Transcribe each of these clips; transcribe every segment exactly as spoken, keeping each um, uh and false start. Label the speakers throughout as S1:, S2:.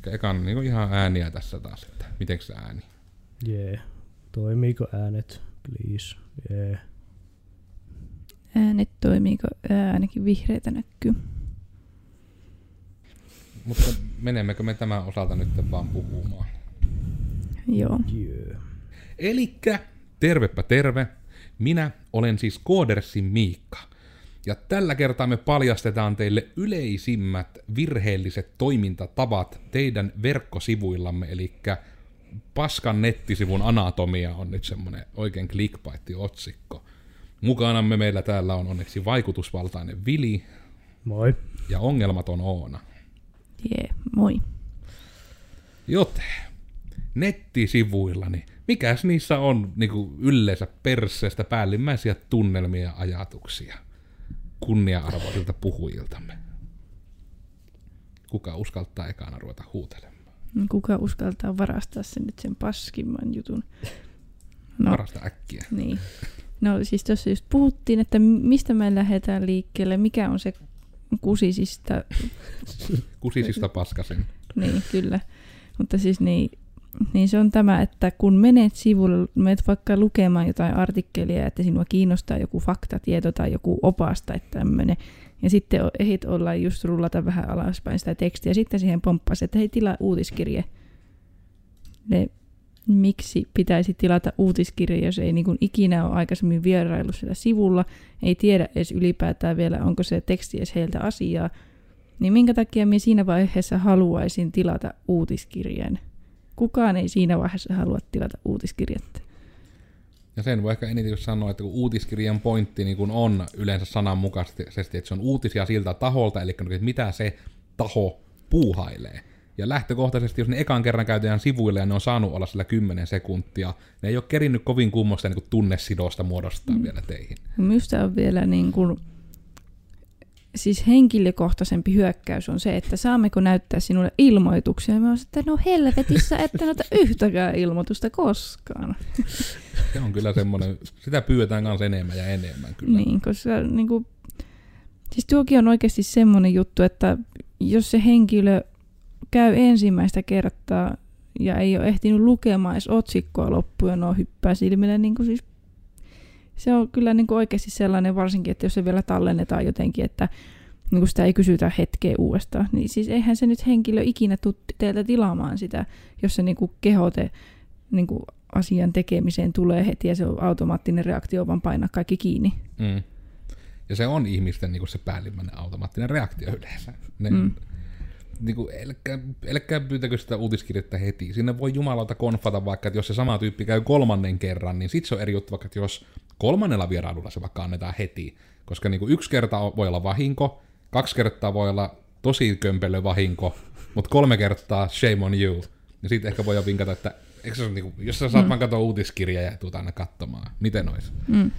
S1: Eli ekan niin ihan ääniä tässä taas, että mitenks se ääni?
S2: Jee. Yeah. Toimiiko äänet? Please. Jee. Yeah.
S3: Äänet toimiiko? Ää, ainakin vihreitä näkyy.
S1: Mutta menemmekö me tämän osalta nyt vaan puhumaan?
S3: Joo.
S2: Yeah.
S1: Elikkä, tervepä terve. Minä olen siis Koodersin Miikka. Ja tällä kertaa me paljastetaan teille yleisimmät virheelliset toimintatavat teidän verkkosivuillamme, eli paskan nettisivun anatomia on nyt semmoinen oikein clickbait-otsikko. Mukanamme meillä täällä on onneksi vaikutusvaltainen Vili.
S2: Moi.
S1: Ja ongelmaton Oona.
S3: Jee, yeah, moi.
S1: Joten, nettisivuillani, mikäs niissä on niinku yleensä persseestä päällimmäisiä tunnelmia ja ajatuksia kunnia-arvoisilta puhujiltamme? Kuka uskaltaa ekana ruveta huutelemaan?
S3: Kuka uskaltaa varastaa sen nyt sen paskimman jutun? No,
S1: Varasta äkkiä.
S3: Niin. No siis tuossa just puhuttiin, että mistä me lähdetään liikkeelle, mikä on se kusisista...
S1: Kusisista paskasin.
S3: Niin, kyllä. Mutta siis niin, niin se on tämä, että kun menet sivulle, menet vaikka lukemaan jotain artikkelia, että sinua kiinnostaa joku faktatieto tai joku opas tai tämmöinen, ja sitten ehdit olla just rullata vähän alaspäin sitä tekstiä, ja sitten siihen pomppasi, että hei, tilaa uutiskirje. Ne, miksi pitäisi tilata uutiskirje, jos ei niin kuin ikinä ole aikaisemmin vieraillut sillä sivulla, ei tiedä edes ylipäätään vielä, onko se teksti edes heiltä asiaa, niin minkä takia minä siinä vaiheessa haluaisin tilata uutiskirjeen? Kukaan ei siinä vaiheessa halua tilata uutiskirjettä.
S1: Ja sen voi ehkä eniten sanoa, että kun uutiskirjan pointti niin kun on yleensä sananmukaisesti, että se on uutisia siltä taholta, eli että mitä se taho puuhailee. Ja lähtökohtaisesti, jos ne ekan kerran käytetään sivuille ja ne on saanut olla sillä kymmenen sekuntia, ne ei ole kerinnyt kovin kummoista niin tunnesidosta muodostaa mm. vielä teihin.
S3: Minusta on vielä niin kuin, siis henkilökohtaisempi hyökkäys on se, että saammeko näyttää sinulle ilmoituksia. Ja mä olisin, että no helvetissä, että näytä yhtäkään ilmoitusta koskaan.
S1: Se on kyllä semmoinen, sitä pyydetään kanssa enemmän ja enemmän kyllä.
S3: Niin, koska niin kuin, siis tuokin on oikeasti semmoinen juttu, että jos se henkilö käy ensimmäistä kertaa ja ei ole ehtinyt lukemaan edes otsikkoa loppuun ja no hyppää silmille, niin kuin siis se on kyllä niin kuin oikeasti sellainen varsinkin, että jos se vielä tallennetaan jotenkin, että niin kuin sitä ei kysytä hetkeä uudestaan, niin siis eihän se nyt henkilö ikinä tule teiltä tilaamaan sitä, jos se niin kuin kehote niin kuin asian tekemiseen tulee heti ja se on automaattinen reaktio, vaan painaa kaikki kiinni.
S1: Mm. Ja se on ihmisten niin kuin se päällimmäinen automaattinen reaktio yleensä. Ne,
S3: Mm.
S1: niin kuin, älkää, älkää pyytäkö sitä uutiskirjettä heti. Sinne voi jumalauta konfata vaikka, että jos se sama tyyppi käy kolmannen kerran, niin sit se on eri juttu vaikka, että jos kolmannella vierailulla se vaikka annetaan heti. Koska niin kuin yksi kerta voi olla vahinko, kaksi kertaa voi olla tosi kömpelö vahinko, mutta kolme kertaa shame on you. Ja siitä ehkä voi jo vinkata, että eikö se ole, niin kuin, jos sä saat mm. vaan katsoa uutiskirjaa ja tuut aina katsomaan, miten ois?
S3: Mm.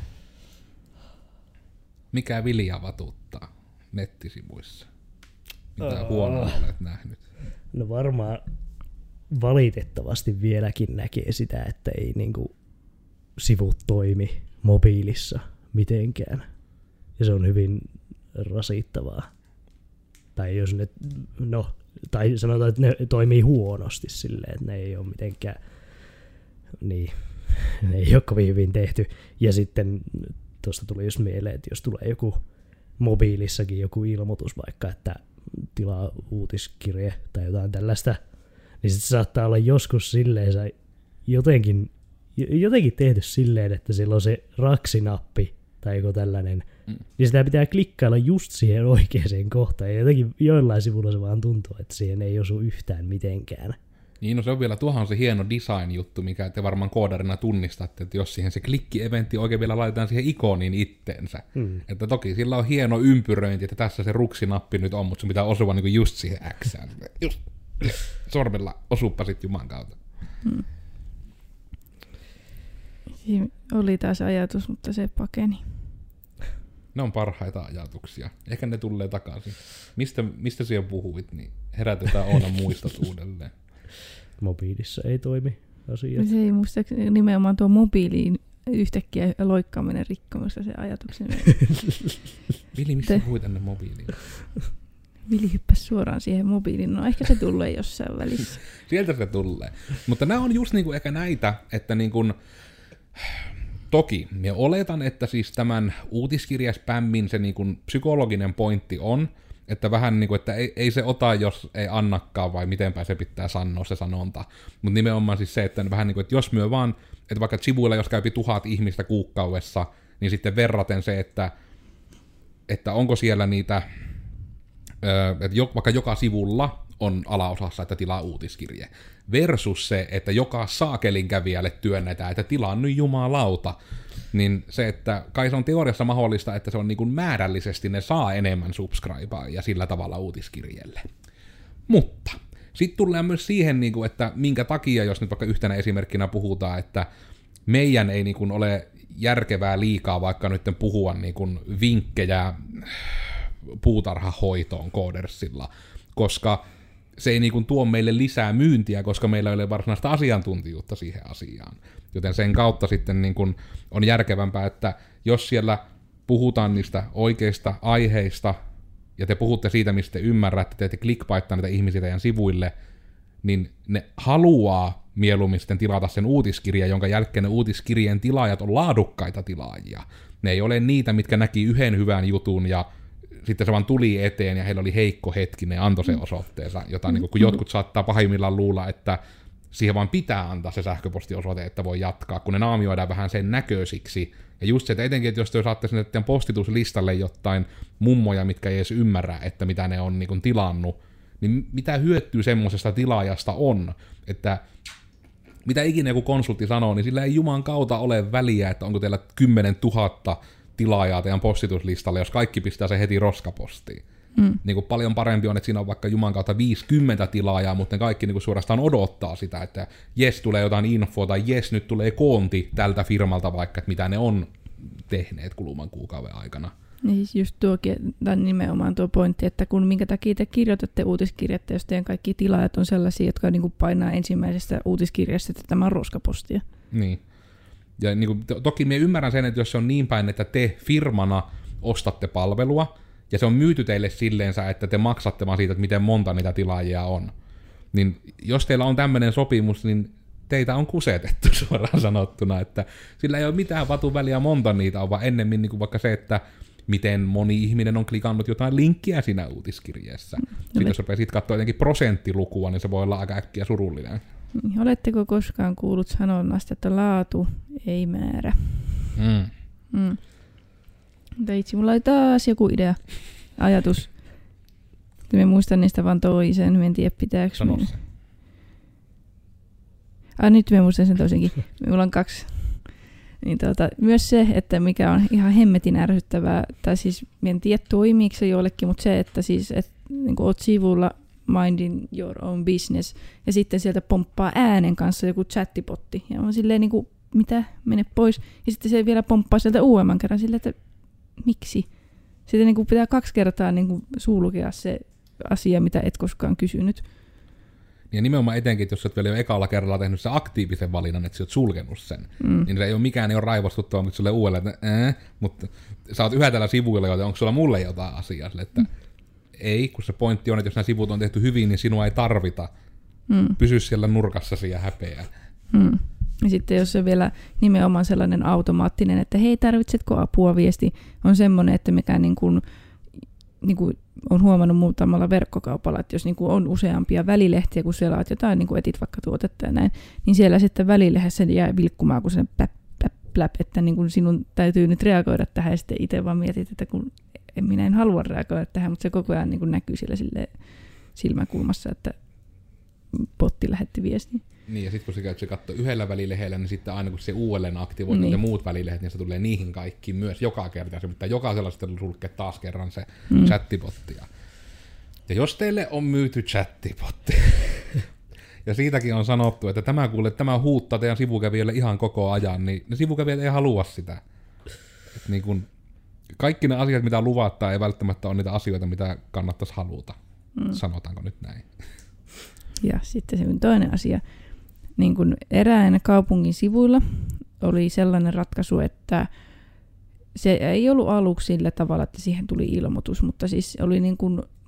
S1: Mikä Vilja vatuuttaa nettisivuissa? Mitä huonoa olet nähnyt?
S2: No varmaan valitettavasti vieläkin näkee sitä, että ei niinku sivut toimi mobiilissa mitenkään. Ja se on hyvin rasittavaa. Tai jos ne, no, tai sanotaan, että ne toimii huonosti silleen, että ne ei ole mitenkään, niin, ne ei ole kovin hyvin tehty. Ja sitten tuosta tuli just mieleen, että jos tulee joku mobiilissakin joku ilmoitus vaikka, että tilaa uutiskirje tai jotain tällaista, niin sitten saattaa olla joskus silleen jotenkin, jotenkin tehty silleen, että sillä on se raksinappi tai joku tällainen, mm. niin sitä pitää klikkailla just siihen oikeaan kohtaan. Ja jotenkin joillain sivuilla se vaan tuntuu, että siihen ei osu yhtään mitenkään.
S1: Niin, no se on vielä, tuohan on se hieno design-juttu, mikä te varmaan koodarina tunnistatte, että jos siihen se klikki-eventti oikein vielä laitetaan siihen ikoniin itteensä. Hmm. Että toki sillä on hieno ympyröinti, että tässä se ruksinappi nyt on, mutta se pitää osua niinku just siihen Xään. Just sormella osuppa sit Juman kautta.
S3: Hmm. Siinä oli taas ajatus, mutta se pakeni.
S1: Ne on parhaita ajatuksia. Ehkä ne tulee takaisin. Mistä, mistä siellä puhuit, niin herätetään Oona muistot uudelleen.
S2: Mobiilissa ei toimi asiat.
S3: Se ei muistaakseni nimenomaan tuo mobiiliin yhtäkkiä loikkaaminen rikkomassa se ajatuksen.
S1: Vili, mistä puhuit tänne mobiiliin?
S3: Vili hyppäsi suoraan siihen mobiiliin. No ehkä se tulee jossain välissä.
S1: Sieltä se tulee. Mutta nämä on just niinku ehkä näitä, että niinku, toki me oletan, että siis tämän uutiskirjaspämmin se niinku psykologinen pointti on, että vähän niinku, että ei, ei se ota, jos ei annakaan, vai mitenpä se pitää sanoa se sanonta. Mutta nimenomaan siis se, että vähän niinku, että jos myö vaan, että vaikka sivuilla jos käypi tuhat ihmistä kuukaudessa, niin sitten verraten se, että, että onko siellä niitä, että vaikka joka sivulla on alaosassa, että tilaa uutiskirje, versus se, että joka saakelin kävijälle työnnetään, että tilaa nyt jumalauta, niin se, että kai se on teoriassa mahdollista, että se on niin kuin määrällisesti, ne saa enemmän subscribea ja sillä tavalla uutiskirjeelle. Mutta sitten tullaan myös siihen, että minkä takia, jos nyt vaikka yhtenä esimerkkinä puhutaan, että meidän ei niin kuin ole järkevää liikaa vaikka nyt puhua niin kuin vinkkejä puutarhahoitoon Codersilla, koska se ei niin kuin tuo meille lisää myyntiä, koska meillä ei ole varsinaista asiantuntijuutta siihen asiaan. Joten sen kautta sitten niin kuin on järkevämpää, että jos siellä puhutaan niistä oikeista aiheista, ja te puhutte siitä, mistä te ymmärrätte, te ette clickbaittaa niitä ihmisiä teidän sivuille, niin ne haluaa mieluummin sitten tilata sen uutiskirjan, jonka jälkeen ne uutiskirjeen tilaajat on laadukkaita tilaajia. Ne ei ole niitä, mitkä näki yhden hyvän jutun ja sitten se vaan tuli eteen ja heillä oli heikko hetki, ne antoi sen osoitteensa, jota niin kun jotkut saattaa pahimmillaan luulla, että siihen vaan pitää antaa se sähköpostiosoite, että voi jatkaa, kun ne naamioidaan vähän sen näköisiksi. Ja just se, että etenkin, että jos te saatte sinne teidän postituslistalle jotain mummoja, mitkä ei edes ymmärrä, että mitä ne on niin kun tilannut, niin mitä hyötyä semmoisesta tilaajasta on, että mitä ikinä joku konsultti sanoo, niin sillä ei juman kautta ole väliä, että onko teillä kymmenen tuhatta tilaajaa teidän postituslistalle, jos kaikki pistää se heti roskapostiin. Mm. Niin kuin paljon parempi on, että siinä on vaikka juman kautta viisikymmentä tilaajaa, mutta ne kaikki niin kuin suorastaan odottaa sitä, että jes, tulee jotain infoa, tai jes, nyt tulee koonti tältä firmalta vaikka, että mitä ne on tehneet kuluman kuukauden aikana.
S3: Ja siis just tuokin, tai nimenomaan tuo pointti, että kun minkä takia te kirjoitatte uutiskirjettä, jos teidän kaikki tilaajat on sellaisia, jotka niin kuin painaa ensimmäisestä uutiskirjasta, että tämä on roskapostia.
S1: Niin. Ja niin kuin, to- toki minä ymmärrän sen, että jos se on niin päin, että te firmana ostatte palvelua, ja se on myyty teille silleensä, että te maksatte vaan siitä, että miten monta niitä tilaajia on. Niin jos teillä on tämmöinen sopimus, niin teitä on kusetettu suoraan sanottuna, että sillä ei ole mitään vatun väliä monta niitä on, vaan ennemmin niin kuin vaikka se, että miten moni ihminen on klikannut jotain linkkiä siinä uutiskirjeessä. No, sitten jos rupeaa siitä katsoa jotenkin prosenttilukua, niin se voi olla aika äkkiä surullinen.
S3: Oletteko koskaan kuullut sanonnasta, että laatu ei määrä? Mm. Mm. Mutta itse mulla oli taas joku idea, ajatus. Me muistan niistä vaan toisen, me en tiedä pitääkö.
S1: Sano se.
S3: Ah, nyt me muistan sen toisenkin. Mulla on kaksi. Niin tuota, myös se, että mikä on ihan hemmetin ärsyttävää, tai siis en tiedä toimiiko se joillekin, mutta se, että siis et, niin oot sivulla minding your own business, ja sitten sieltä pomppaa äänen kanssa joku chattipotti, ja on silleen niin kuin, mitä, mene pois, ja sitten se vielä pomppaa sieltä uudemman kerran silleen, että miksi? Sitten niin kuin pitää kaksi kertaa niin kuin sulkea se asia, mitä et koskaan kysynyt.
S1: Ja nimenomaan etenkin, että jos olet vielä jo ekalla kerralla tehnyt sen aktiivisen valinnan, että sä oot sulkenut sen, mm. niin se ei ole mikään ei ole raivostuttava, mutta sulle uudelleen, että äh, mutta sä oot yhä tällä sivuilla, joten onko sulla mulle jotain asiaa? Sille, että mm. ei, kun se pointti on, että jos nämä sivut on tehty hyvin, niin sinua ei tarvita. Mm. Pysy siellä nurkassasi ja häpeä.
S3: Mm. Ja sitten jos se vielä nimenomaan sellainen automaattinen, että hei, tarvitsetko apua viesti, on semmoinen, että mikä niin kuin, niin kuin on huomannut muutamalla verkkokaupalla, että jos niin kuin on useampia välilehtiä, kun siellä on jotain, niin kuin etit vaikka tuotetta ja näin, niin siellä sitten välilehdessä jää vilkkumaan, kun se pläp, pläp, pläp, että niin kuin sinun täytyy nyt reagoida tähän, ja sitten itse vaan mietit, että kun en, minä en halua reagoida tähän, mutta se koko ajan niin kuin näkyy siellä silmäkulmassa, että botti lähetti viestin.
S1: Niin, ja sitten kun se käyt se katsoa yhdellä välilehdellä, niin sitten aina kun se uudelleen aktivoi niin. ne muut välilehdet, niin se tulee niihin kaikkiin myös joka kerta. Se pitää jokaisella sitten sulkea taas kerran se mm. chattipotti. Ja jos teille on myyty chattipotti, ja siitäkin on sanottu, että tämä kuule, tämä huuttaa teidän sivukävijöille ihan koko ajan, niin ne sivukävijät ei halua sitä. Et niin kun, kaikki ne asiat, mitä luvattaa, ei välttämättä ole niitä asioita, mitä kannattaisi haluta. Mm. Sanotaanko nyt näin?
S3: Ja sitten se toinen asia. Niin kuin erään kaupungin sivuilla oli sellainen ratkaisu, että se ei ollut aluksi sillä tavalla, että siihen tuli ilmoitus, mutta siis oli niin kuin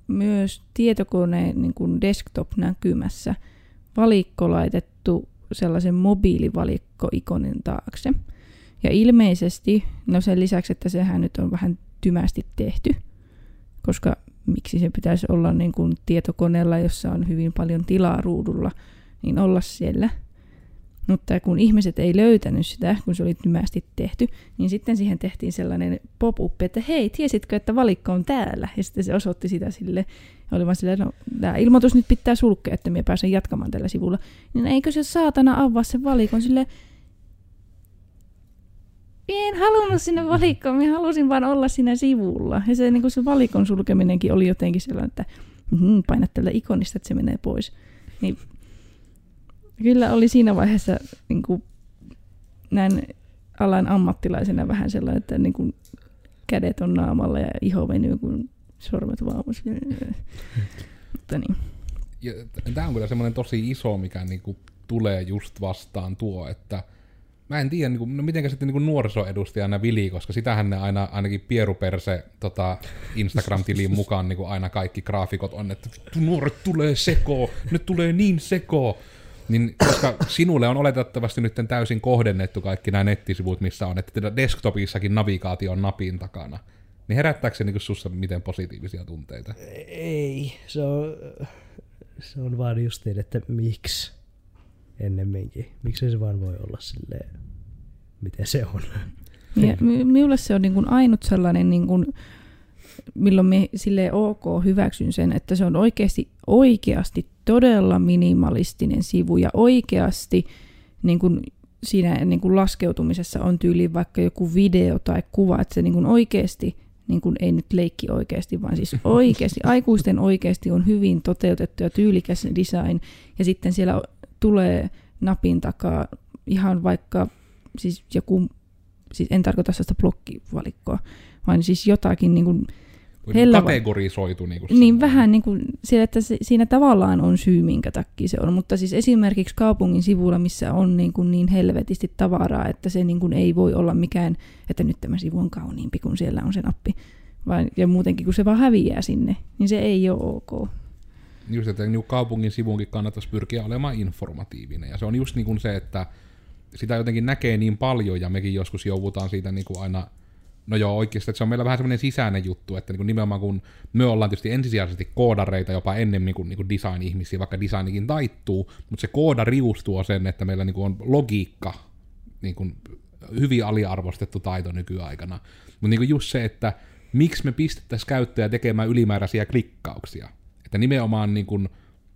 S3: myös tietokoneen niin kuin desktop-näkymässä valikko laitettu sellaisen mobiilivalikko-ikonin taakse. Ja ilmeisesti, no sen lisäksi, että sehän nyt on vähän tymästi tehty, koska miksi se pitäisi olla niin kuin tietokoneella, jossa on hyvin paljon tilaa ruudulla, niin olla siellä. Mutta kun ihmiset ei löytänyt sitä, kun se oli tymästi tehty, niin sitten siihen tehtiin sellainen pop-up, että hei, tiesitkö, että valikko on täällä? Ja sitten se osoitti sitä sille, ja oli vaan silleen, no tämä ilmoitus nyt pitää sulkea, että minä pääsen jatkamaan tällä sivulla. Niin eikö se saatana avaa sen valikon silleen, en halunnut sinne valikkoon, minä halusin vaan olla siinä sivulla. Ja se, niin kuin se valikon sulkeminenkin oli jotenkin sellainen, että mm, painat tällä ikonista, että se menee pois. Niin, kyllä oli siinä vaiheessa niin kuin, näin alan ammattilaisena vähän sellainen, että niin kuin, kädet on naamalla ja iho venyy, kun sormet vaan. Mutta niin.
S1: Tämä on kyllä semmoinen tosi iso, mikä niin kuin, tulee just vastaan tuo, että mä en tiedä, niin no mitenkä sitten niin nuorisoedustajana Vili, koska sitähän ne aina, ainakin Pieruperse tota, Instagram-tilin mukaan niin aina kaikki graafikot on, että nuoret tulee sekoo, ne tulee niin sekoo. Niin, koska sinulle on oletettavasti nyt täysin kohdennettu kaikki nämä nettisivut, missä on, että desktopissakin navigaatio on napin takana. Niin herättääkö se niin sussa miten positiivisia tunteita?
S2: Ei, se on, se on vaan just niin, että miksi ennemminkin. Miksi se vaan voi olla silleen, miten se on.
S3: Ja minulle se on niin kuin ainut sellainen, niin kuin, milloin me silleen ok hyväksyn sen, että se on oikeasti, oikeasti todella minimalistinen sivu ja oikeasti niin kuin siinä niin kuin laskeutumisessa on tyyliin vaikka joku video tai kuva, että se niin kuin oikeasti, niin kuin ei nyt leikki oikeasti, vaan siis oikeasti, aikuisten oikeasti on hyvin toteutettu ja tyylikäs design ja sitten siellä tulee napin takaa ihan vaikka siis joku, siis en tarkoita sitä blokkivalikkoa, vaan siis jotakin niin kuin
S1: hellä kategorisoitu. Niin, kuin
S3: niin vähän niin kuin siellä, että se, siinä tavallaan on syy, minkä takia se on, mutta siis esimerkiksi kaupungin sivulla, missä on niin, kuin niin helvetisti tavaraa, että se niin kuin ei voi olla mikään, että nyt tämä sivu on kauniimpi, kun siellä on se nappi, vaan, ja muutenkin kun se vaan häviää sinne, niin se ei ole ok.
S1: Just, että kaupungin sivuunkin kannattaisi pyrkiä olemaan informatiivinen, ja se on just niin kuin se, että sitä jotenkin näkee niin paljon, ja mekin joskus joudutaan siitä niin kuin aina, no joo oikeasti, että se on meillä vähän semmoinen sisäinen juttu, että niin kuin nimenomaan kun me ollaan tietysti ensisijaisesti koodareita jopa ennemmin kuin, niin kuin design-ihmisiä, vaikka designikin taittuu, mutta se koodarius tuo sen, että meillä niin kuin on logiikka, niin kuin hyvin aliarvostettu taito nykyaikana, mutta niin kuin just se, että miksi me pistettäisiin käyttäjä tekemään ylimääräisiä klikkauksia. Että nimenomaan niin kuin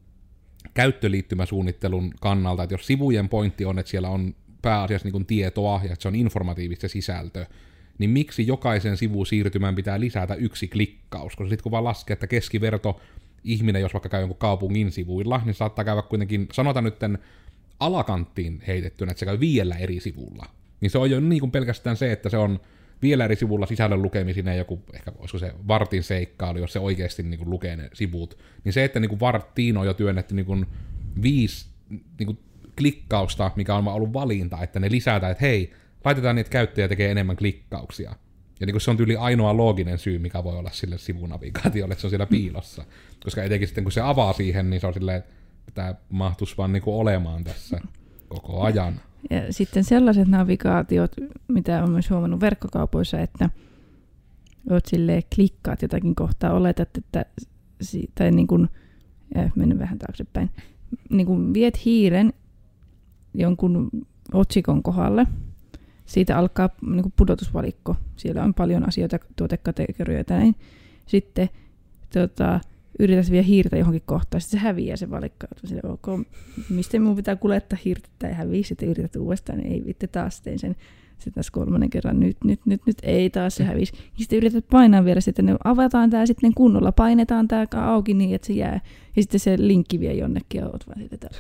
S1: käyttöliittymäsuunnittelun kannalta, että jos sivujen pointti on, että siellä on pääasiassa niin kuin tietoa ja että se on informatiivista sisältö, niin miksi jokaisen sivusiirtymään pitää lisätä yksi klikkaus? Koska sitten kun vaan laskee, että keskiverto ihminen, jos vaikka käy jonkun kaupungin sivuilla, niin saattaa käydä kuitenkin, sanotaan nytten alakanttiin heitettynä, että se käy viidellä eri sivulla. Niin se on jo niin kuin pelkästään se, että se on vielä eri sivulla sisällön lukemisina joku, ehkä olisiko se vartin seikkailu, jos se oikeasti niin kuin lukee ne sivut, niin se, että niin kuin varttiin on jo työnnetty niin kuin viisi niin kuin klikkausta, mikä on ollut valinta, että ne lisätään, että hei, laitetaan niitä käyttäjä tekee enemmän klikkauksia. Ja niin kuin se on tyyli ainoa looginen syy, mikä voi olla sille sivunavigaatiolle, että se on siellä piilossa. Koska etenkin sitten kun se avaa siihen, niin se on silleen, että tämä mahtuisi vaan niin kuin olemaan tässä koko ajan.
S3: Ja sitten sellaiset navigaatiot, mitä olen myös huomannut verkkokaupoissa, että olet silleen, klikkaat jotakin kohtaa, oletat, että tai niin kuin, ja menen vähän taaksepäin, niin kuin viet hiiren jonkun otsikon kohdalle, siitä alkaa niin kuin pudotusvalikko, siellä on paljon asioita, tuotekategorioita näin, sitten tota, yrität vielä hiirtä johonkin kohtaan, sitten se häviää se valikko. Sille, ok, mistä minun pitää kuljettaa hiirtä tai häviää, sitten yrität uudestaan, niin ei vitte taas tein sen. Sitten taas kolmannen kerran, nyt, nyt, nyt, nyt ei taas se hävisi. Ja sitten yrität painaa vielä, sitten ne avataan tämä sitten kunnolla, painetaan tämä auki niin, että se jää. Ja sitten se linkki vie jonnekin ja oot vaan sitten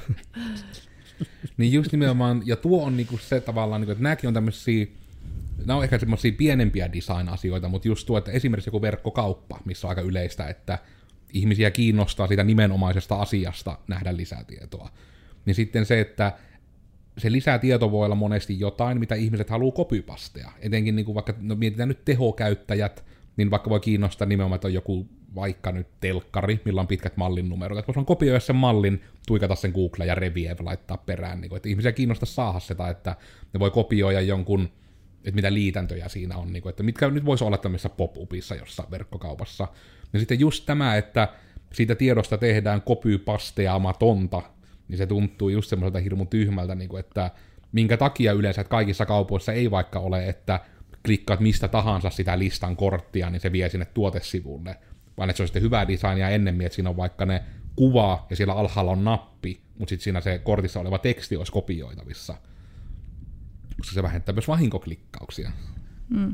S1: niin just nimenomaan, ja tuo on niinku se tavallaan, että nämäkin on tämmöisiä, nämä on ehkä semmoisia pienempiä design-asioita, mutta just tuo, että esimerkiksi joku verkkokauppa, missä on aika yleistä, että ihmisiä kiinnostaa siitä nimenomaisesta asiasta nähdä lisätietoa. Niin sitten se, että se lisätieto voi olla monesti jotain, mitä ihmiset haluaa copypastea. Etenkin niin kuin vaikka, no mietitään nyt tehokäyttäjät, niin vaikka voi kiinnostaa nimenomaan, että on joku vaikka nyt telkkari, millä on pitkät mallin numerot, että voisi kopioida sen mallin, tuikata sen Google ja reviä ja laittaa perään, niin kuin, että ihmisiä kiinnostaa saada sitä, että ne voi kopioida jonkun, että mitä liitäntöjä siinä on, niin kuin, että mitkä nyt voisi olla tämmöisessä pop-upissa jossain verkkokaupassa. Ja sitten just tämä, että siitä tiedosta tehdään kopypasteamatonta, niin se tuntuu just semmoiselta hirmun tyhmältä, niin kuin, että minkä takia yleensä, että kaikissa kaupoissa ei vaikka ole, että klikkaat mistä tahansa sitä listan korttia, niin se vie sinne tuotesivulle, vaan että se on sitten hyvää designia ennemmin, että siinä on vaikka ne kuva ja siellä alhaalla on nappi, mutta sitten siinä se kortissa oleva teksti olisi kopioitavissa, koska se vähentää myös vahinkoklikkauksia. Mm.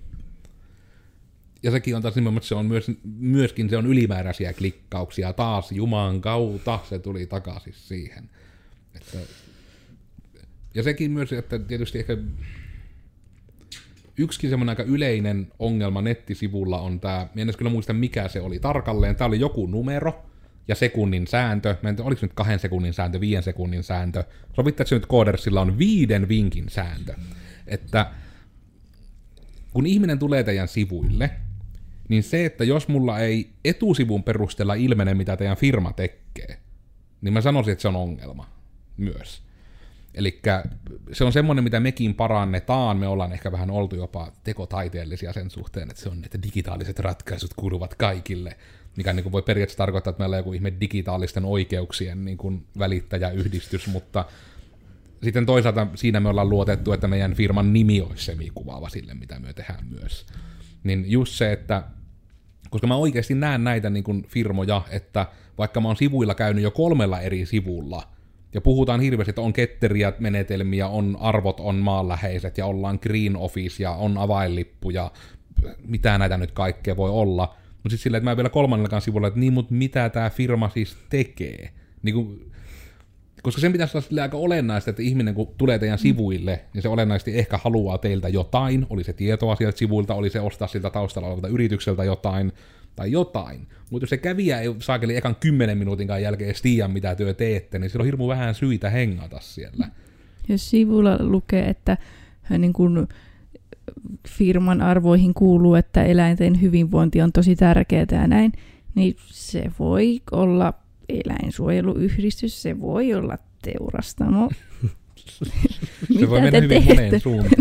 S1: Ja sekin on taas nimenomaan, että se on myös, myöskin se on ylimääräisiä klikkauksia taas Jumalan kautta, se tuli takaisin siihen. Että, ja sekin myös, että tietysti ehkä yksikin semmoinen aika yleinen ongelma nettisivulla on tämä, en edes kyllä muista mikä se oli tarkalleen, tämä oli joku numero ja sekunnin sääntö, mä en tiedä, oliko se nyt kahden sekunnin sääntö, viiden sekunnin sääntö, sovittaa, että se nyt Codersilla on viiden vinkin sääntö, että kun ihminen tulee teidän sivuille, niin se, että jos mulla ei etusivun perusteella ilmene, mitä teidän firma tekee, niin mä sanoisin, että se on ongelma myös. Elikkä se on semmoinen, mitä mekin parannetaan, me ollaan ehkä vähän oltu jopa tekotaiteellisia sen suhteen, että se on, että digitaaliset ratkaisut kuuluvat kaikille, mikä niin kuin voi periaatteessa tarkoittaa, että meillä on joku ihme digitaalisten oikeuksien niin kuin välittäjäyhdistys, mutta sitten toisaalta siinä me ollaan luotettu, että meidän firman nimi olisi semikuvaava sille, mitä me tehdään myös. Niin just se, että koska mä oikeasti näen näitä niin kuin firmoja, että vaikka mä oon sivuilla käynyt jo kolmella eri sivulla, ja puhutaan hirveästi, että on ketteriä menetelmiä, on arvot, on maanläheiset, ja ollaan green office, ja on avainlippu, ja mitä näitä nyt kaikkea voi olla. Mutta sitten silleen, että mä vielä kolmannellakaan sivulla, että niin, mutta mitä tää firma siis tekee? Niin kuin, koska sen pitäisi olla aika olennaista, että ihminen kun tulee teidän sivuille, niin se olennaisesti ehkä haluaa teiltä jotain, oli se tietoa sieltä sivuilta, oli se ostaa siltä taustalla olevalta yritykseltä jotain, tai jotain. Mutta jos se kävijä ei saakeli ekan kymmenen minuutinkaan jälkeen edes tiedä, mitä työ teette, niin sillä on hirmu vähän syitä hengata siellä.
S3: Jos sivulla lukee, että niin kun firman arvoihin kuuluu, että eläinten hyvinvointi on tosi tärkeää ja näin, niin se voi olla eläinsuojeluyhdistys, se voi olla teurastamo.
S1: Se voi mennä hyvin moneen suuntaan.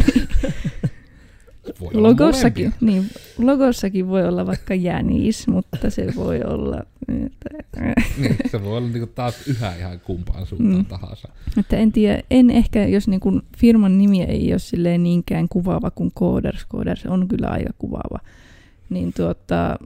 S3: Logossakin, niin, logossakin voi olla vaikka jänis, mutta se voi olla...
S1: niin, se voi olla niin taas yhä ihan kumpaan suuntaan mm. tahansa.
S3: Että en tiedä, en ehkä, jos niin kuin firman nimi ei ole silleen niinkään kuvaava kuin Coders, Coders on kyllä aika kuvaava, niin tuota,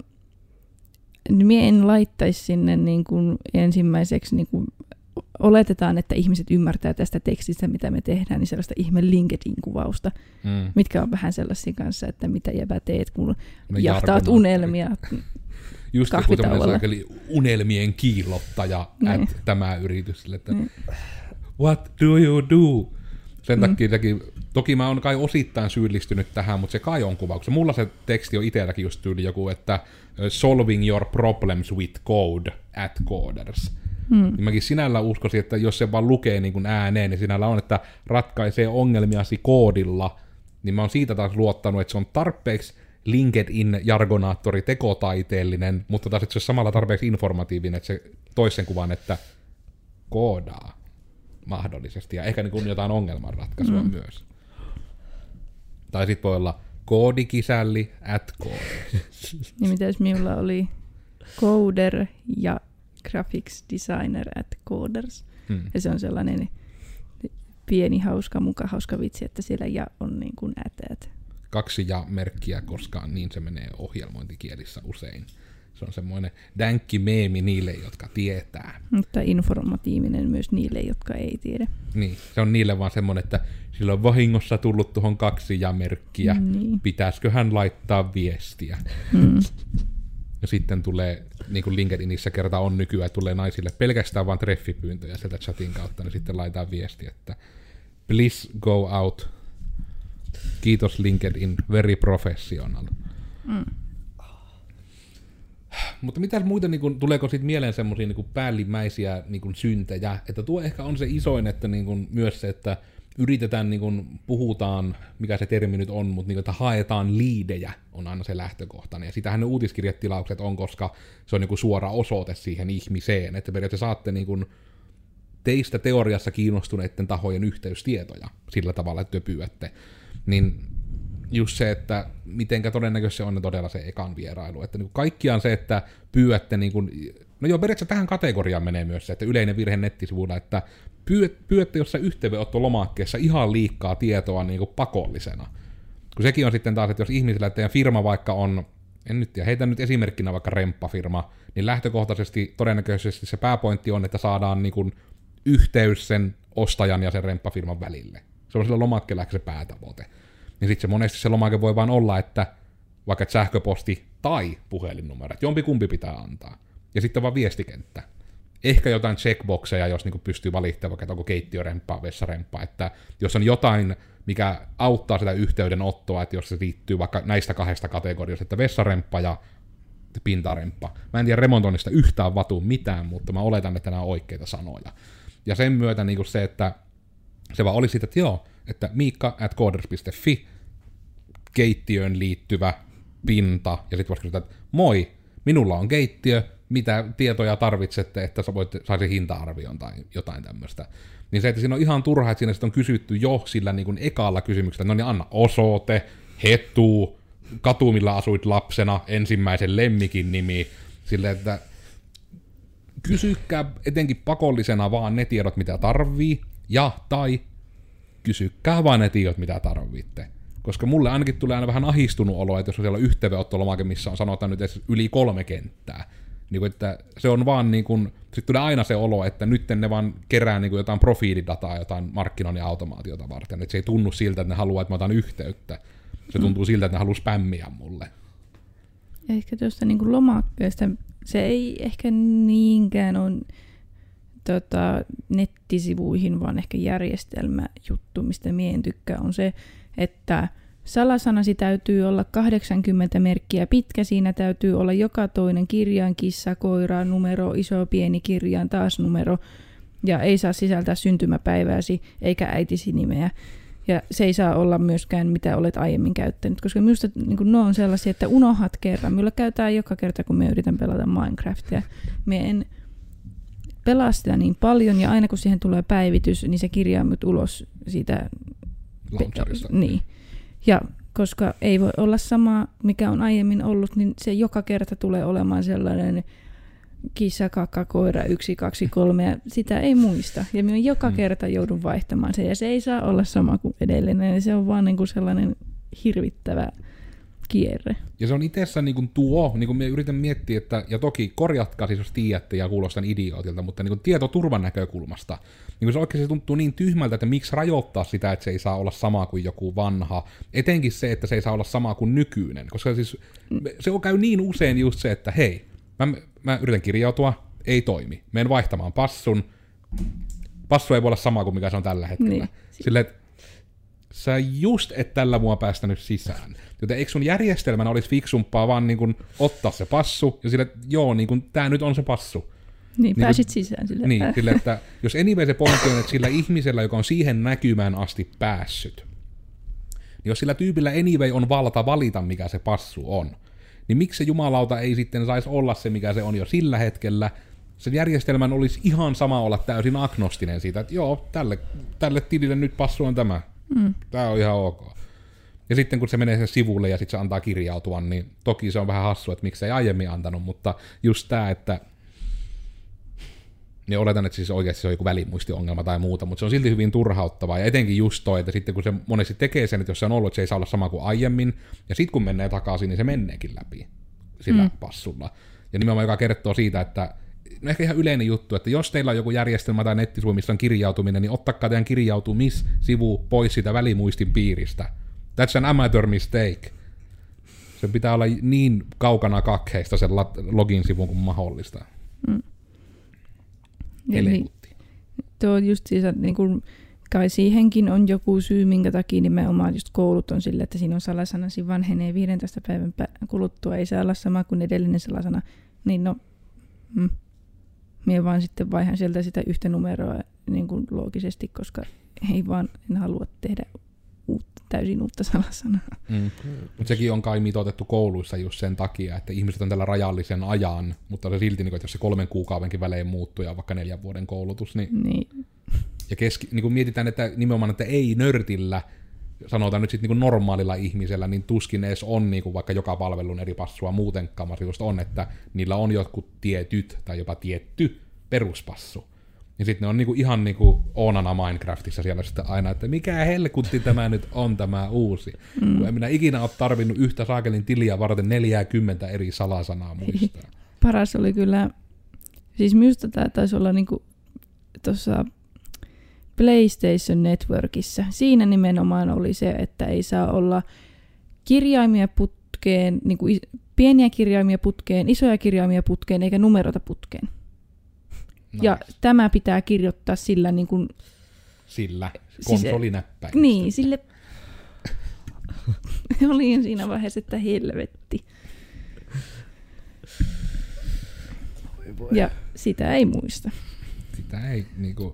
S3: minä en laittaisi sinne niin kuin ensimmäiseksi, niin kuin oletetaan, että ihmiset ymmärtää tästä tekstistä, mitä me tehdään, niin sellaista ihme LinkedIn-kuvausta, mm. mitkä on vähän sellaisia kanssa, että mitä jäbä teet, kun no, jahtaat unelmia
S1: just joku tämmöinen unelmien kiillottaja,
S3: niin.
S1: At tämä yritys, että niin. What do you do? Sen mm. takia sekin, toki mä oon kai osittain syyllistynyt tähän, mutta se kai on kuvauksia. Mulla se teksti on itselläkin just tyyli joku, että solving your problems with code at coders. Hmm. Mäkin sinällä uskoisin, että jos se vaan lukee niin kuin ääneen, niin sinällä on, että ratkaisee ongelmiasi koodilla, niin mä oon siitä taas luottanut, että se on tarpeeksi LinkedIn-jargonaattori tekotaiteellinen, mutta taas että se on samalla tarpeeksi informatiivinen, että se toisen kuvan, että koodaa mahdollisesti, ja ehkä niin kuin jotain ongelmanratkaisua hmm. myös. Tai sit voi olla koodikisälli at coders.
S3: Niin mitä jos minulla oli coder ja graphics designer at coders. Hmm. Ja se on sellainen pieni, hauska, muka hauska vitsi, että siellä ja on niin kuin ätäät.
S1: Kaksi ja-merkkiä, koska niin se menee ohjelmointikielissä usein. Se on semmoinen dänkki meemi niille, jotka tietää.
S3: Mutta informatiivinen myös niille, jotka ei tiedä.
S1: Niin, se on niille vaan semmoinen, että sillä on vahingossa tullut tuohon kaksi ja-merkkiä. Niin. Pitäisiköhän laittaa viestiä? Hmm. Ja sitten tulee, niin kuin LinkedInissä kerta on nykyään, tulee naisille pelkästään vaan treffipyyntöjä sieltä chatin kautta, niin sitten laitetaan viesti, että please go out. Kiitos LinkedIn, very professional. Mm. Mutta mitä muita, niin kuin, tuleeko sitten mieleen semmoisia niin päällimmäisiä niin kuin syntejä, että tuo ehkä on se isoin, että niin kuin, myös se, että yritetään, niin kun puhutaan, mikä se termi nyt on, mutta niin kun, että haetaan liidejä on aina se lähtökohtainen. Ja sitähän ne uutiskirjatilaukset on, koska se on niin kun suora osoite siihen ihmiseen, että periaatteessa saatte niin kun teistä teoriassa kiinnostuneiden tahojen yhteystietoja sillä tavalla, että te pyydätte. Niin just se, että mitenkä todennäköisesti se on todella se ekan vierailu. Että niin kaikkiaan se, että pyydätte, niin kun, no joo, periaatteessa tähän kategoriaan menee myös se, että yleinen virhe nettisivuilla, että pyydätte jossain yhteydenottolomakkeessa ihan liikaa tietoa niin kuin pakollisena. Kun sekin on sitten taas, että jos ihmisillä, että teidän firma vaikka on, en nyt tiedä, heitän nyt esimerkkinä vaikka remppafirma, niin lähtökohtaisesti todennäköisesti se pääpointti on, että saadaan niin kuin yhteys sen ostajan ja sen remppafirman välille. Se on sillä lomakkeella se päätavoite. Niin sitten se monesti se lomake voi vaan olla, että vaikka sähköposti tai puhelinnumero, että jompikumpi pitää antaa. Ja sitten vaan viestikenttä. Ehkä jotain checkboxeja, jos niinku pystyy valittamaan, vaikka onko keittiöremppaa, vessaremppaa, että jos on jotain, mikä auttaa sitä yhteydenottoa, että jos se liittyy vaikka näistä kahdesta kategoriasta, että vessaremppa ja pintaremppa. Mä en tiedä remontoinnista yhtään vatuun mitään, mutta mä oletan, että nämä on oikeita sanoja. Ja sen myötä niinku se, että se vaan oli siitä, että joo, että miikka at coders piste fi, keittiöön liittyvä pinta, ja sitten voisi kysyä, että moi, minulla on keittiö, mitä tietoja tarvitsette, että sä voit saisi hinta-arvion tai jotain tämmöistä. Niin se, että siinä on ihan turha, että siinä on kysytty jo sillä niin kuin ekalla kysymyksellä, no niin anna osoite, hetu, katu, millä asuit lapsena, ensimmäisen lemmikin nimi, silleen, että kysykää etenkin pakollisena vaan ne tiedot, mitä tarvii, ja tai kysykää vaan ne tiedot, mitä tarvitte. Koska mulle ainakin tulee aina vähän ahistunut olo, että jos on siellä yhteydenottolomake, missä on sanotaan nyt edes yli kolme kenttää, niin kuin, että se on vaan niin kuin, sitten tulee aina se olo, että nyt ne vaan kerää niin kuin jotain profiilidataa, jotain markkinoinnin automaatiota varten, että se ei tunnu siltä, että ne haluaa, että mä otan yhteyttä. Se tuntuu siltä, että ne haluaa spämmiä mulle.
S3: Ehkä tuosta niin kuin lomakkeesta, se ei ehkä niinkään ole tota, nettisivuihin, vaan ehkä järjestelmäjuttu, mistä mie en tykkää, on se, että salasanasi täytyy olla kahdeksankymmentä merkkiä pitkä, siinä täytyy olla joka toinen kirjain, kissa, koira, numero, iso, pieni kirjain, taas numero, ja ei saa sisältää syntymäpäivääsi eikä äitisi nimeä. Ja se ei saa olla myöskään, mitä olet aiemmin käyttänyt, koska minusta niin ne on sellaisia, että unohat kerran. Minulla käytetään joka kerta, kun me yritän pelata Minecraftia. Me en pelaa sitä niin paljon, ja aina kun siihen tulee päivitys, niin se kirjaa minut ulos siitä
S1: launcherista.
S3: Niin. Ja koska ei voi olla sama, mikä on aiemmin ollut, niin se joka kerta tulee olemaan sellainen kissa, kakka, koira, yksi, kaksi, kolme, ja sitä ei muista. Ja minä joka kerta joudun vaihtamaan sen, ja se ei saa olla sama kuin edellinen, ja se on vaan niin kuin sellainen hirvittävä kierre. Ja
S1: se on itsessään niin kuin tuo, niin kuin minä yritän miettiä, että, ja toki korjatkaa siis, jos tiedätte ja kuulostan idiootilta, mutta niin kuin tietoturvan näkökulmasta, niin kuin se oikeasti tuntuu niin tyhmältä, että miksi rajoittaa sitä, että se ei saa olla sama kuin joku vanha, etenkin se, että se ei saa olla sama kuin nykyinen, koska siis se käy niin usein just se, että hei, mä, mä yritän kirjautua, ei toimi, menen vaihtamaan passun, passu ei voi olla sama kuin mikä se on tällä hetkellä. Niin. Silleen, että sä just et tällä mua päästänyt sisään. Joten eikö sun järjestelmänä olisi fiksumpaa vaan niin kuin ottaa se passu, ja sille, että joo, niin kuin, tää nyt on se passu.
S3: Niin, niin pääsit kun, sisään sille.
S1: Niin, sille, että jos anyway se pointti on, että sillä ihmisellä, joka on siihen näkymään asti päässyt, niin jos sillä tyypillä anyway on valta valita, mikä se passu on, niin miksi se jumalauta ei sitten saisi olla se, mikä se on jo sillä hetkellä, sen järjestelmän olisi ihan sama olla täysin agnostinen siitä, että joo, tälle, tälle tilille nyt passu on tämä. Mm. Tämä on ihan ok. Ja sitten kun se menee sen sivulle ja sitten se antaa kirjautua, niin toki se on vähän hassu, että miksi ei aiemmin antanut, mutta just tämä, että niin oletan, että siis oikeasti se on joku välimuistiongelma tai muuta, mutta se on silti hyvin turhauttavaa, ja etenkin just toi, että sitten kun se monesti tekee sen, että jos se on ollut, että se ei saa olla sama kuin aiemmin, ja sitten kun menee takaisin, niin se meneekin läpi sillä mm. passulla. Ja nimenomaan joka kertoo siitä, että no ehkä ihan yleinen juttu, että jos teillä on joku järjestelmä tai nettisivu, missä on kirjautuminen, niin ottakaa teidän kirjautumissivu pois siitä välimuistin piiristä. That's an amateur mistake. Se pitää olla niin kaukana kakheista sen login-sivun kuin mahdollista. Mm.
S3: Niin, tuo just siis, että niin kuin, kai siihenkin on joku syy, minkä takia nimenomaan just koulut on sille, että siinä on salasanasi vanhenee viidentoista päivän kuluttua, ei saa olla sama kuin edellinen salasana. Niin no, mm. Mie vaan sitten vaihan sieltä sitä yhtä numeroa niin kuin loogisesti, koska ei vaan en halua tehdä uutta, täysin uutta salasanaa.
S1: Mm. Mutta sekin on kai mitoitettu kouluissa just sen takia, että ihmiset on tällä rajallisen ajan, mutta se silti, että jos se kolmen kuukaudenkin välein muuttuu ja vaikka neljän vuoden koulutus, niin...
S3: niin.
S1: Ja keski, niin kun mietitään, että nimenomaan, että ei nörtillä, sanotaan nyt sitten niin normaalilla ihmisellä, niin tuskin edes on niin kuin vaikka joka palvelun eri passua muutenkaan, vaan just on, että niillä on jotkut tietyt tai jopa tietty peruspassu. Ja sitten ne on niin kuin ihan niin kuin Oonana Minecraftissa siellä sitten aina, että mikä helkutti tämä nyt on tämä uusi. Mm. Kun en minä ikinä ole tarvinnut yhtä saakelin tiliä varten neljäkymmentä eri salasanaa muistaa.
S3: Paras oli kyllä, siis minusta tämä taisi olla niin kuin tuossa PlayStation Networkissa. Siinä nimenomaan oli se, että ei saa olla kirjaimia putkeen, niin kuin pieniä kirjaimia putkeen, isoja kirjaimia putkeen, eikä numeroita putkeen. Nice. Ja tämä pitää kirjoittaa sillä niin kuin...
S1: Sillä konsolinäppäin.
S3: Niin, sille... Olin siinä vaiheessa, että helvetti. Ja sitä ei muista.
S1: Sitä ei niinku...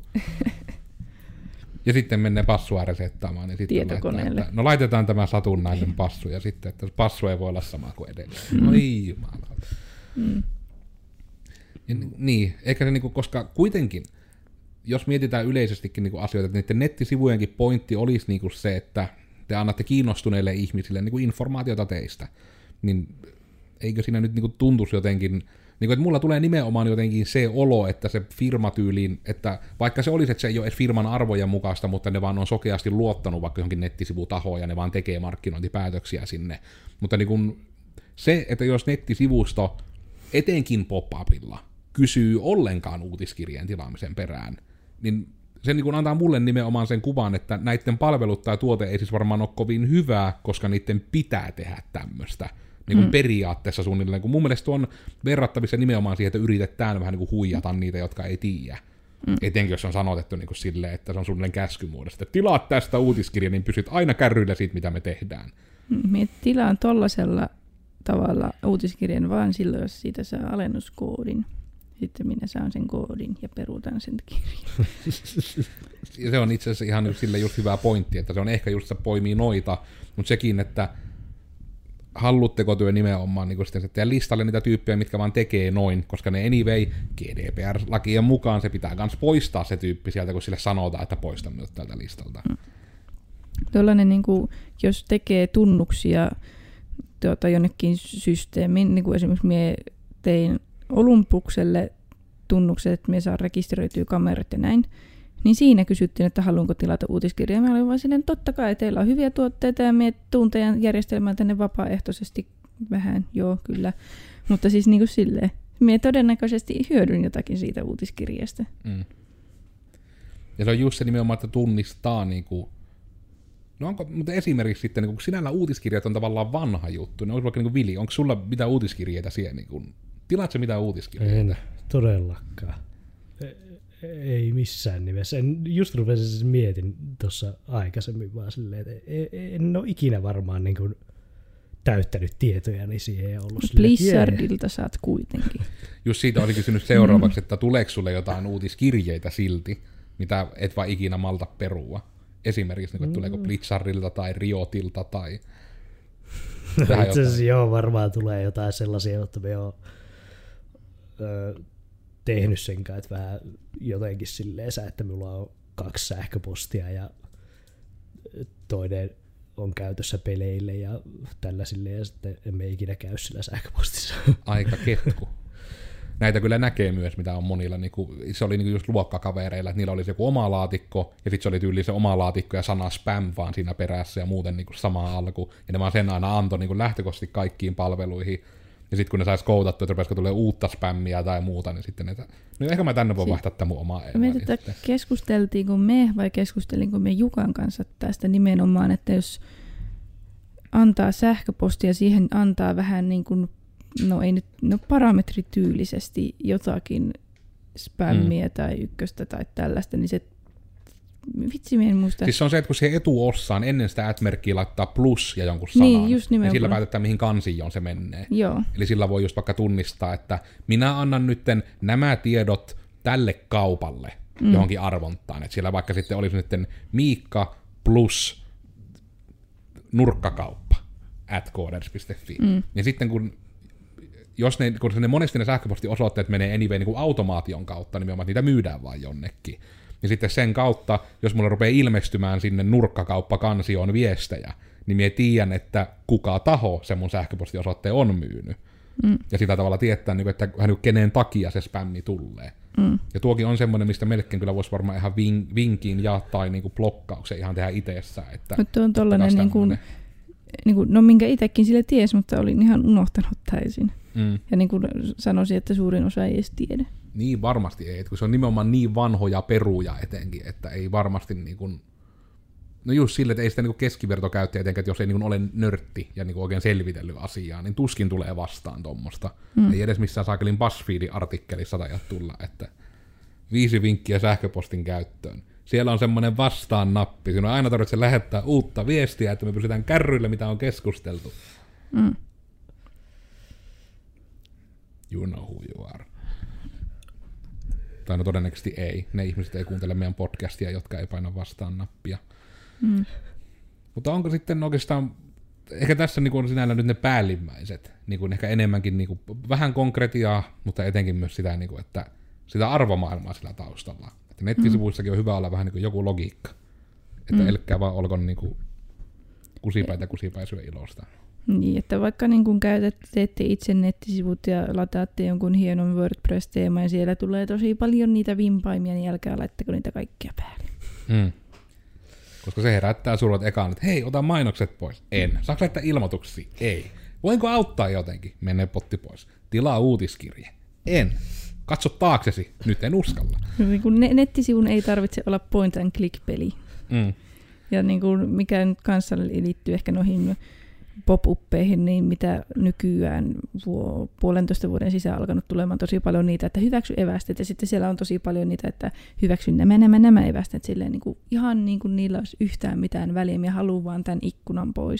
S1: Ja sitten menee passua resettaamaan. Niin
S3: tietokoneelle.
S1: Laittaa, no laitetaan tämä satunnainen passu ja sitten, että passu ei voi olla sama kuin edelleen. Mm. Oi jumalauta. Mm. Ja, niin, eikä se niinku, koska kuitenkin, jos mietitään yleisestikin niinku asioita, että niiden nettisivujenkin pointti olisi niinku se, että te annatte kiinnostuneille ihmisille niinku informaatiota teistä, niin eikö siinä nyt niinku tuntuisi jotenkin, niinku, että mulla tulee nimenomaan jotenkin se olo, että se firmatyyliin, että vaikka se olisi, että se ei ole edes firman arvojen mukaista, mutta ne vaan on sokeasti luottanut vaikka johonkin nettisivutahoon ja ne vaan tekee markkinointipäätöksiä sinne, mutta niinku se, että jos nettisivusto etenkin pop-upilla kysyy ollenkaan uutiskirjeen tilaamisen perään, niin se niin kuin antaa mulle nimenomaan sen kuvan, että näiden palvelut tai tuote ei siis varmaan ole kovin hyvää, koska niiden pitää tehdä tämmöistä niin kuin mm. periaatteessa suunnilleen, kun mun mielestä on verrattavissa nimenomaan siihen, että yritetään vähän niin kuin huijata niitä, jotka ei tiedä. Mm. Etenkin jos on sanotettu niin kuin silleen, että se on suunnilleen käskymuodosta, että tilaat tästä uutiskirja, niin pysyt aina kärryillä siitä, mitä me tehdään.
S3: Me tilaan tollasella tavalla uutiskirjan vaan silloin, jos siitä saa alennuskoodin. Sitten minä saan sen koodin ja peruutan sen kirjan.
S1: Ja se on itse asiassa ihan sille just hyvä pointti, että se on ehkä just se poimii noita, mutta sekin, että haluatteko työ nimenomaan niin sitten tehdä listalle niitä tyyppejä, mitkä vaan tekee noin, koska ne anyway G D P R-lakien mukaan se pitää myös poistaa se tyyppi sieltä, kun sille sanotaan, että poista minut tältä listalta. Mm.
S3: Tuollainen, niin kuin, jos tekee tunnuksia tuota, jonnekin systeemiin, niin kuin esimerkiksi minä tein Olympukselle tunnukset, että me saa rekisteröityä kamerat ja näin, niin siinä kysyttiin, että haluanko tilata uutiskirjaa. Mä olin vaan silleen, totta kai teillä on hyviä tuotteita ja me tuun teidän järjestelmään tänne vapaaehtoisesti vähän, joo kyllä. Mutta siis niin kuin silleen, me todennäköisesti hyödyn jotakin siitä uutiskirjasta. Mm.
S1: Ja se on just se nimenomaan, että tunnistaa niin kuin no onko, mutta esimerkiksi sitten, niin kun sinällä uutiskirjat on tavallaan vanha juttu, ne olisi vaikka niin kuin Vili, onko sulla mitään uutiskirjeitä siellä? Niin kuin, tilaatko mitään uutiskirjeitä?
S2: En todellakaan. Ei missään nimessä. En, just rupesin mietin tuossa aikaisemmin vaan silleen, että en ole ikinä varmaan niin kuin täyttänyt tietojani siihen ja ollut silleen,
S3: Blizzardilta saat kuitenkin.
S1: Just siitä oli kysynyt seuraavaksi, että tuleeko sulle jotain uutiskirjeitä silti, mitä et vaan ikinä malta perua? Esimerkiksi, että tuleeko Blizzardilta tai Riotilta tai...
S2: No, itse asiassa joo, varmaan tulee jotain sellaisia, mutta me oon öö, tehnyt sen kai, että vähän jotenkin silleen, että minulla on kaksi sähköpostia ja toinen on käytössä peleille ja tällä silleen, ja sitten emme ikinä käy sillä sähköpostissa.
S1: Aika ketku. Näitä kyllä näkee myös, mitä on monilla. Niin kuin, se oli niin kuin just luokkakavereilla, että niillä oli joku oma laatikko, ja sitten se oli tyyli se oma laatikko ja sana spam vaan siinä perässä, ja muuten niin kuin sama alku. Ja ne vaan sen aina antoi niin kuin lähtökohtaisesti kaikkiin palveluihin. Ja sitten kun ne sais koutattua, että rupesiko tulee uutta spämmiä tai muuta, niin sitten ne... No ehkä mä tänne voin vaihtaa tämän mun omaa
S3: Me tätä keskusteltiinko me, vai keskustelinko me Jukan kanssa tästä nimenomaan, että jos antaa sähköpostia, siihen antaa vähän niin kuin no ei nyt, no parametrityylisesti jotakin spämmiä mm. tai ykköstä tai tällaista, niin se vitsi, en muista.
S1: Siis se on se, että kun siihen etuossaan ennen sitä at-merkkiä laittaa plus ja jonkun sanan,
S3: niin, just
S1: ja sillä päätetään, mihin kansioon se menee.
S3: Joo.
S1: Eli sillä voi just vaikka tunnistaa, että minä annan nytten nämä tiedot tälle kaupalle mm. johonkin arvontaan. Että siellä vaikka sitten olisi nytten Miikka plus nurkkakauppa at coders piste fi. Mm. Ja sitten kun jos ne, kun ne monesti ne sähköpostiosoitteet menee anyway niin kuin automaation kautta, niin niitä myydään vaan jonnekin. Ja sitten sen kautta, jos mulla rupeaa ilmestymään sinne nurkkakauppakansioon viestejä, niin minä tiedän, että kuka taho se mun sähköpostiosoitteen on myynyt. Mm. Ja sitä tavalla tietää, että kenen takia se spämmi tulee. Mm. Ja tuokin on semmoinen, mistä melkein kyllä voisi varmaan ihan vin, vinkin ja tai niinku blokkauksen ihan tehdä itsessään. Että,
S3: mutta on tollainen, niin kuin, niin kuin, no minkä itsekin sille ties, mutta olin ihan unohtanut täysin. Mm. Ja niin kuin sanoisin, että suurin osa ei edes tiedä.
S1: Niin varmasti ei, kun se on nimenomaan niin vanhoja peruja etenkin, että ei varmasti niin kuin, no just sille, että ei sitä niin kuin keskivertokäyttäjä etenkin, että jos ei niin kuin ole nörtti ja niin kuin oikein selvitellyt asiaa, niin tuskin tulee vastaan tuommoista. Mm. Ei edes missään saakelin BuzzFeedin artikkelissa taida tulla, että viisi vinkkiä sähköpostin käyttöön. Siellä on semmoinen vastaan-nappi, siinä on aina tarvitse lähettää uutta viestiä, että me pysytään kärryillä, mitä on keskusteltu. Mm. You know who you are. Tai no todennäköisesti ei. Ne ihmiset ei kuuntele meidän podcastia, jotka ei paina vastaan nappia. Mm. Mutta onko sitten oikeastaan, ehkä tässä niin on sinällä nyt ne päällimmäiset, niin kuin ehkä enemmänkin niin kuin, vähän konkretiaa, mutta etenkin myös sitä, niin kuin, että sitä arvomaailmaa sillä taustalla. Että nettisivuissakin on hyvä olla vähän niin kuin joku logiikka. Että mm. elkkää vaan olkoon niin kuin kusipäitä kusipäisyä ilosta.
S3: Niin, että vaikka niin kun käytät, teette itse nettisivut ja lataatte jonkun hienon WordPress-teeman ja siellä tulee tosi paljon niitä vimpaimia, niin älkää laittako niitä kaikkia päälle. Mm.
S1: Koska se herättää surut ekaan, että hei, ota mainokset pois. En. Saanko laittaa ilmoituksia? Ei. Voinko auttaa jotenkin? Mene potti pois. Tilaa uutiskirje. En. Katso taaksesi. Nyt en uskalla.
S3: Niin kun nettisivun ei tarvitse olla point and click-peli. Mm. Ja niin kuin mikä nyt kanssa liittyy ehkä noihin pop-uppeihin, niin mitä nykyään vuo, puolentoista vuoden sisään alkanut tulemaan tosi paljon niitä, että hyväksy evästet, ja sitten siellä on tosi paljon niitä, että hyväksy nämä, nämä, nämä evästet, silleen niin kuin, ihan niin kuin niillä olisi yhtään mitään väliä, minä haluan vaan tämän ikkunan pois.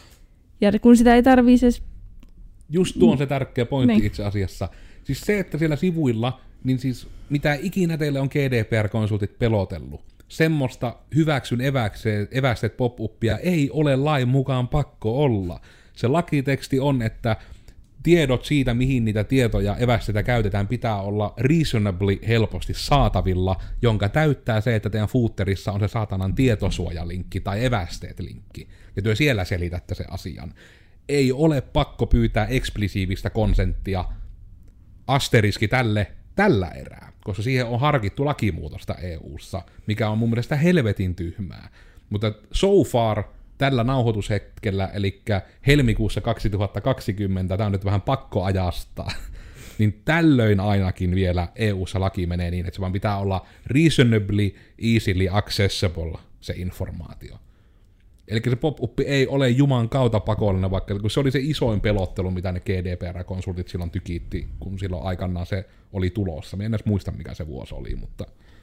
S3: Ja kun sitä ei tarvitse edes...
S1: Just tuo on se tärkeä pointti niin. Itse asiassa. Siis se, että siellä sivuilla, niin siis mitä ikinä teille on G D P R-konsultit pelotellut, semmoista hyväksyn eväkseet, evästet pop-uppia ei ole lain mukaan pakko olla. Se lakiteksti on, että tiedot siitä, mihin niitä tietoja evästeitä käytetään, pitää olla reasonably helposti saatavilla, jonka täyttää se, että teidän footerissa on se saatanan tietosuojalinkki tai evästeet-linkki. Ja työ siellä selitätte se asian. Ei ole pakko pyytää eksplisiivistä konsenttia asteriski tälle tällä erää, koska siihen on harkittu lakimuutosta E U:ssa, mikä on mun mielestä helvetin tyhmää. Mutta so far tällä nauhoitushetkellä, eli helmikuussa kaksituhattakaksikymmentä, tämä on nyt vähän pakko ajastaa, niin tällöin ainakin vielä E U:ssa laki menee niin, että se vaan pitää olla reasonably easily accessible se informaatio. Eli se pop-up ei ole juman kautta pakollinen, vaikka kun se oli se isoin pelottelu, mitä ne G D P R-konsultit silloin tykitti, kun silloin aikanaan se oli tulossa. Mä en edes muista, mikä se vuosi oli, mutta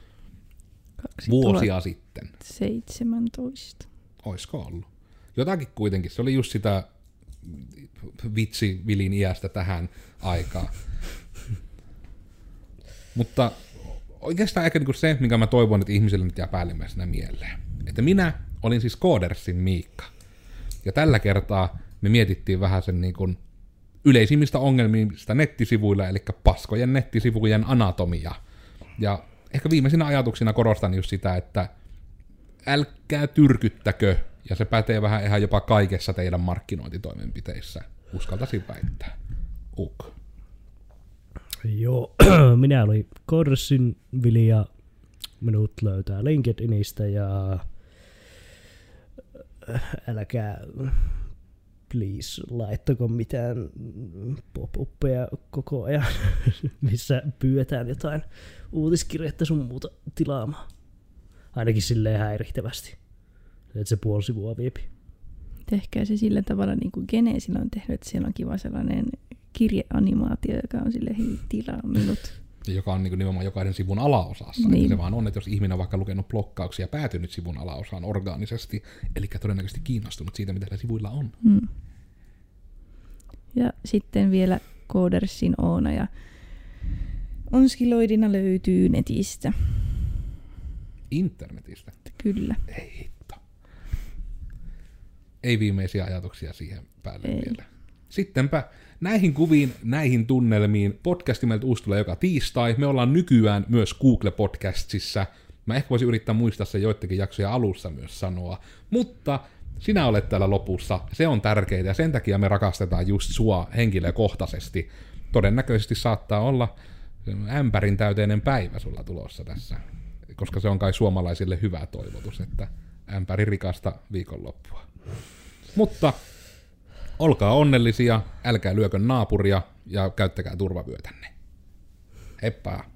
S1: vuosia sitten.
S3: seitsemäntoista
S1: Oisko ollut? Jotakin kuitenkin. Se oli just sitä vitsi vilin iästä tähän aikaan. Mutta oikeastaan ehkä se, minkä mä toivon, että ihmisille nyt jää päällimmäisenä mieleen. Että minä olin siis Codersin Miikka. Ja tällä kertaa me mietittiin vähän sen niin kuin yleisimmistä ongelmista nettisivuilla, eli paskojen nettisivujen anatomia. Ja ehkä viimeisinä ajatuksina korostan just sitä, että älkää tyrkyttäkö, ja se pätee vähän ihan jopa kaikessa teidän markkinointitoimenpiteissä. Uskaltaisin väittää. Uk.
S2: Joo, minä olin Codersin Vili ja minut löytää LinkedInistä ja älkää please laittako mitään pop-uppeja koko ajan, missä pyydetään jotain uutiskirjettä sun muuta tilaamaan. Ainakin silleen häirittävästi, että se puoli sivua viepi.
S3: Tehkää se sillä tavalla, niin kuin Geneesillä on tehnyt, että siellä on kiva sellainen kirjeanimaatio, joka on silleen, hei, tilaa minut.
S1: joka on niin nimenomaan jokaisen sivun alaosassa.
S3: Niin.
S1: Se vaan on, että jos ihminen on vaikka lukenut blokkauksia ja päätynyt sivun alaosaan orgaanisesti, eli todennäköisesti kiinnostunut siitä, mitä siellä sivuilla on.
S3: Hmm. Ja sitten vielä Codersin Oona ja Onskiloidina löytyy netistä.
S1: Internetistä?
S3: Kyllä.
S1: Ei hitto. Ei viimeisiä ajatuksia siihen päälle
S3: Ei.
S1: vielä. Sittenpä näihin kuviin, näihin tunnelmiin podcasti meiltä uusi tulee joka tiistai. Me ollaan nykyään myös Google Podcastsissa. Mä ehkä voisin yrittää muistaa se joidenkin jaksoja alussa myös sanoa. Mutta sinä olet täällä lopussa. Se on tärkeää ja sen takia me rakastetaan just sua henkilökohtaisesti. Todennäköisesti saattaa olla ämpärin täyteinen päivä sulla tulossa tässä. Koska se on kai suomalaisille hyvä toivotus, että ämpäri rikasta viikonloppua. Mutta olkaa onnellisia, älkää lyökö naapuria ja käyttäkää turvavyötänne. Heippa!